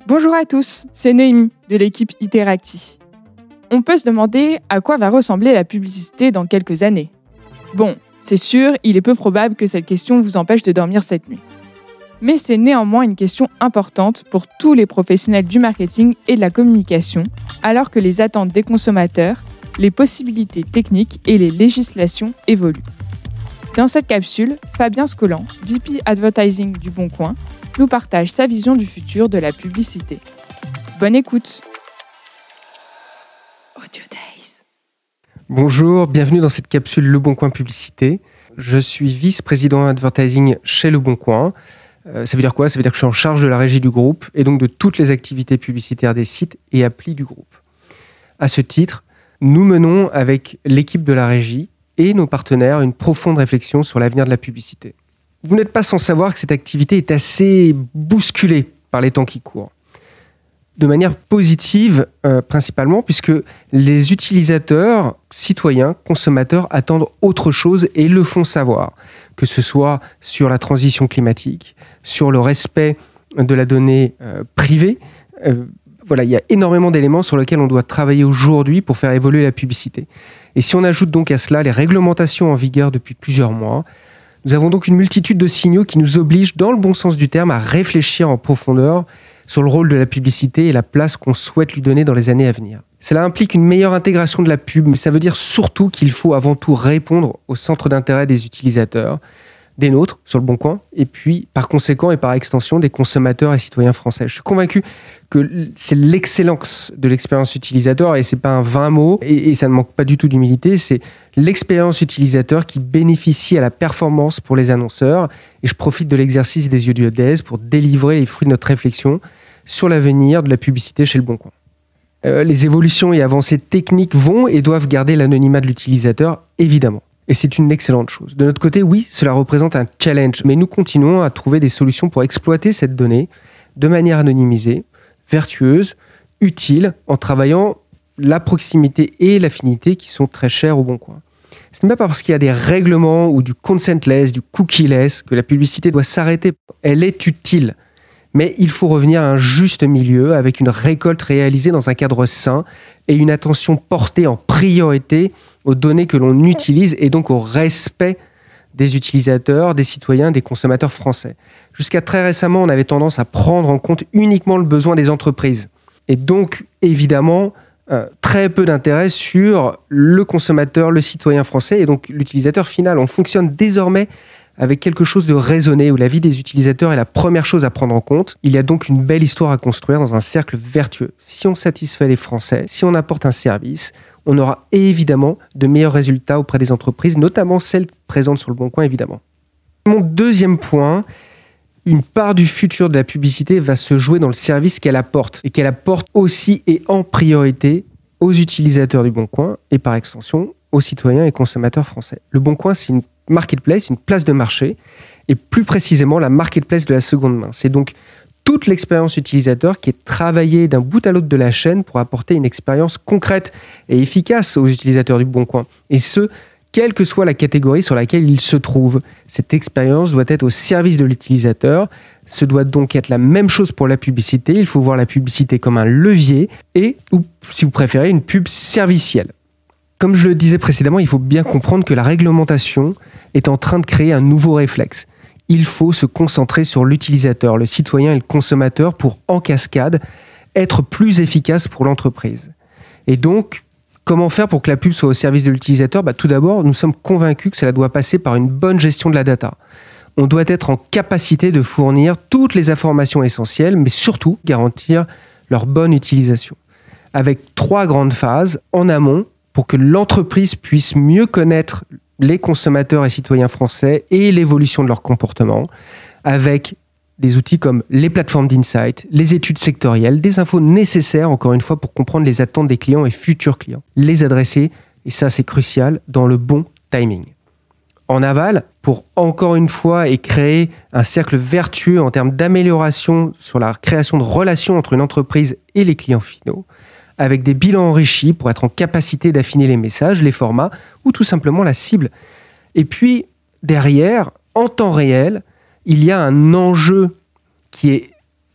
Bonjour à tous, c'est Noémie de l'équipe Iteracti. On peut se demander à quoi va ressembler la publicité dans quelques années. Bon, c'est sûr, il est peu probable que cette question vous empêche de dormir cette nuit. Mais c'est néanmoins une question importante pour tous les professionnels du marketing et de la communication, alors que les attentes des consommateurs, les possibilités techniques et les législations évoluent. Dans cette capsule, Fabien Scollan, VP Advertising du Bon Coin, nous partage sa vision du futur de la publicité. Bonne écoute. Audio Days. Bonjour, bienvenue dans cette capsule Le Bon Coin Publicité. Je suis vice-président advertising chez Le Bon Coin. Ça veut dire quoi ? Ça veut dire que je suis en charge de la régie du groupe et donc de toutes les activités publicitaires des sites et applis du groupe. À ce titre, nous menons avec l'équipe de la régie et nos partenaires une profonde réflexion sur l'avenir de la publicité. Vous n'êtes pas sans savoir que cette activité est assez bousculée par les temps qui courent. De manière positive, principalement, puisque les utilisateurs, citoyens, consommateurs attendent autre chose et le font savoir. Que ce soit sur la transition climatique, sur le respect de la donnée privée. Il y a énormément d'éléments sur lesquels on doit travailler aujourd'hui pour faire évoluer la publicité. Et si on ajoute donc à cela les réglementations en vigueur depuis plusieurs mois, nous avons donc une multitude de signaux qui nous obligent, dans le bon sens du terme, à réfléchir en profondeur sur le rôle de la publicité et la place qu'on souhaite lui donner dans les années à venir. Cela implique une meilleure intégration de la pub, mais ça veut dire surtout qu'il faut avant tout répondre au centre d'intérêt des utilisateurs, des nôtres, sur le Bon Coin, et puis par conséquent et par extension des consommateurs et citoyens français. Je suis convaincu que c'est l'excellence de l'expérience utilisateur, et c'est pas un vain mot, et ça ne manque pas du tout d'humilité, c'est l'expérience utilisateur qui bénéficie à la performance pour les annonceurs, et je profite de l'exercice des Audio Days pour délivrer les fruits de notre réflexion sur l'avenir de la publicité chez le Bon Coin. Les évolutions et avancées techniques vont et doivent garder l'anonymat de l'utilisateur, évidemment. Et c'est une excellente chose. De notre côté, oui, cela représente un challenge, mais nous continuons à trouver des solutions pour exploiter cette donnée de manière anonymisée, vertueuse, utile, en travaillant la proximité et l'affinité qui sont très chères au Bon Coin. Ce n'est pas parce qu'il y a des règlements ou du consentless, du cookieless, que la publicité doit s'arrêter. Elle est utile. Mais il faut revenir à un juste milieu avec une récolte réalisée dans un cadre sain et une attention portée en priorité aux données que l'on utilise et donc au respect des utilisateurs, des citoyens, des consommateurs français. Jusqu'à très récemment, on avait tendance à prendre en compte uniquement le besoin des entreprises. Et donc, évidemment, très peu d'intérêt sur le consommateur, le citoyen français et donc l'utilisateur final. On fonctionne désormais avec quelque chose de raisonné, où la vie des utilisateurs est la première chose à prendre en compte. Il y a donc une belle histoire à construire dans un cercle vertueux. Si on satisfait les Français, si on apporte un service, on aura évidemment de meilleurs résultats auprès des entreprises, notamment celles présentes sur le Bon Coin, évidemment. Mon deuxième point, une part du futur de la publicité va se jouer dans le service qu'elle apporte, et qu'elle apporte aussi et en priorité aux utilisateurs du Bon Coin, et par extension aux citoyens et consommateurs français. Le Bon Coin, c'est une marketplace, une place de marché, et plus précisément la marketplace de la seconde main. C'est donc toute l'expérience utilisateur qui est travaillée d'un bout à l'autre de la chaîne pour apporter une expérience concrète et efficace aux utilisateurs du Bon Coin. Et ce, quelle que soit la catégorie sur laquelle ils se trouvent. Cette expérience doit être au service de l'utilisateur. Ce doit donc être la même chose pour la publicité. Il faut voir la publicité comme un levier et, ou si vous préférez, une pub servicielle. Comme je le disais précédemment, il faut bien comprendre que la réglementation est en train de créer un nouveau réflexe. Il faut se concentrer sur l'utilisateur, le citoyen et le consommateur pour, en cascade, être plus efficace pour l'entreprise. Et donc, comment faire pour que la pub soit au service de l'utilisateur ? Tout d'abord, nous sommes convaincus que cela doit passer par une bonne gestion de la data. On doit être en capacité de fournir toutes les informations essentielles, mais surtout garantir leur bonne utilisation. Avec 3 grandes phases en amont, pour que l'entreprise puisse mieux connaître les consommateurs et citoyens français et l'évolution de leur comportement, avec des outils comme les plateformes d'insight, les études sectorielles, des infos nécessaires, encore une fois, pour comprendre les attentes des clients et futurs clients. Les adresser, et ça c'est crucial, dans le bon timing. En aval, pour encore une fois et créer un cercle vertueux en termes d'amélioration sur la création de relations entre une entreprise et les clients finaux, avec des bilans enrichis pour être en capacité d'affiner les messages, les formats ou tout simplement la cible. Et puis, derrière, en temps réel, il y a un enjeu qui est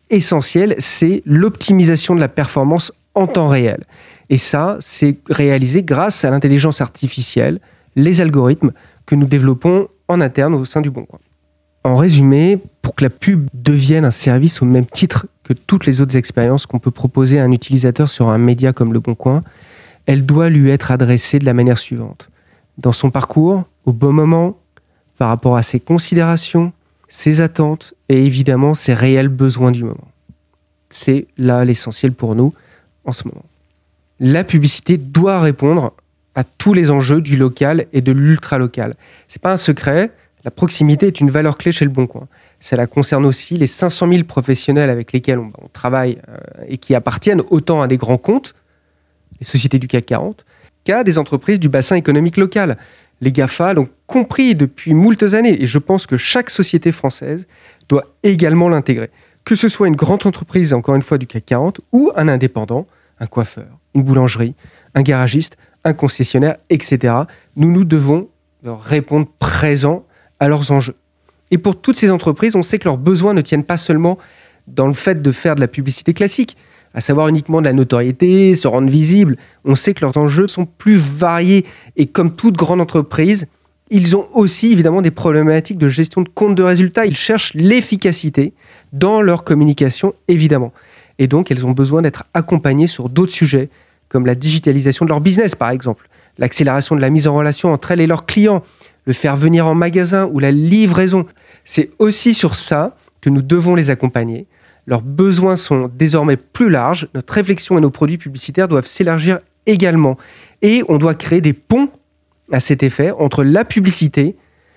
essentiel, c'est l'optimisation de la performance en temps réel. Et ça, c'est réalisé grâce à l'intelligence artificielle, les algorithmes que nous développons en interne au sein du Boncoin. En résumé, pour que la pub devienne un service au même titre que toutes les autres expériences qu'on peut proposer à un utilisateur sur un média comme le Boncoin, elle doit lui être adressée de la manière suivante. Dans son parcours, au bon moment, par rapport à ses considérations, ses attentes et évidemment ses réels besoins du moment. C'est là l'essentiel pour nous en ce moment. La publicité doit répondre à tous les enjeux du local et de l'ultra-local. C'est pas un secret, la proximité est une valeur clé chez le Boncoin. Cela concerne aussi les 500 000 professionnels avec lesquels on travaille et qui appartiennent autant à des grands comptes, les sociétés du CAC 40, qu'à des entreprises du bassin économique local. Les GAFA l'ont compris depuis moultes années et je pense que chaque société française doit également l'intégrer. Que ce soit une grande entreprise, encore une fois du CAC 40, ou un indépendant, un coiffeur, une boulangerie, un garagiste, un concessionnaire, etc. Nous devons leur répondre présents à leurs enjeux. Et pour toutes ces entreprises, on sait que leurs besoins ne tiennent pas seulement dans le fait de faire de la publicité classique, à savoir uniquement de la notoriété, se rendre visible. On sait que leurs enjeux sont plus variés et comme toute grande entreprise, ils ont aussi évidemment des problématiques de gestion de compte de résultats. Ils cherchent l'efficacité dans leur communication, évidemment. Et donc, elles ont besoin d'être accompagnées sur d'autres sujets, comme la digitalisation de leur business, par exemple, l'accélération de la mise en relation entre elles et leurs clients, le faire venir en magasin ou la livraison. C'est aussi sur ça que nous devons les accompagner. Leurs besoins sont désormais plus larges. Notre réflexion et nos produits publicitaires doivent s'élargir également. Et on doit créer des ponts à cet effet entre la publicité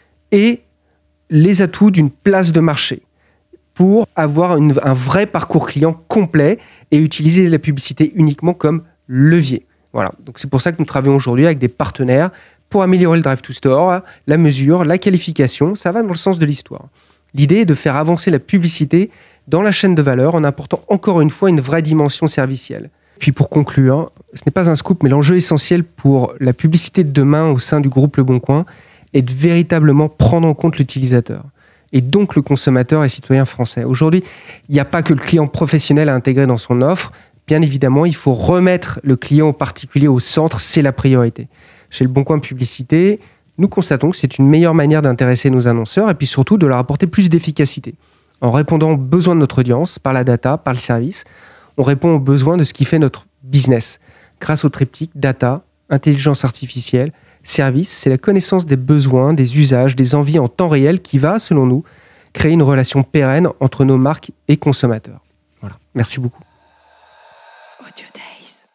et les atouts d'une place de marché pour avoir un vrai parcours client complet et utiliser la publicité uniquement comme levier. Voilà. Donc c'est pour ça que nous travaillons aujourd'hui avec des partenaires pour améliorer le drive to store, la mesure, la qualification. Ça va dans le sens de l'histoire. L'idée est de faire avancer la publicité dans la chaîne de valeur en apportant encore une fois une vraie dimension servicielle. Puis pour conclure, ce n'est pas un scoop, mais l'enjeu essentiel pour la publicité de demain au sein du groupe Le Boncoin est de véritablement prendre en compte l'utilisateur et donc le consommateur et citoyen français. Aujourd'hui, il n'y a pas que le client professionnel à intégrer dans son offre. Bien évidemment, il faut remettre le client au particulier au centre, c'est la priorité. Chez Le Boncoin Publicité, nous constatons que c'est une meilleure manière d'intéresser nos annonceurs et puis surtout de leur apporter plus d'efficacité. En répondant aux besoins de notre audience, par la data, par le service, on répond aux besoins de ce qui fait notre business. Grâce au triptyque data, intelligence artificielle, service, c'est la connaissance des besoins, des usages, des envies en temps réel qui va, selon nous, créer une relation pérenne entre nos marques et consommateurs. Voilà. Merci beaucoup. Audio Days.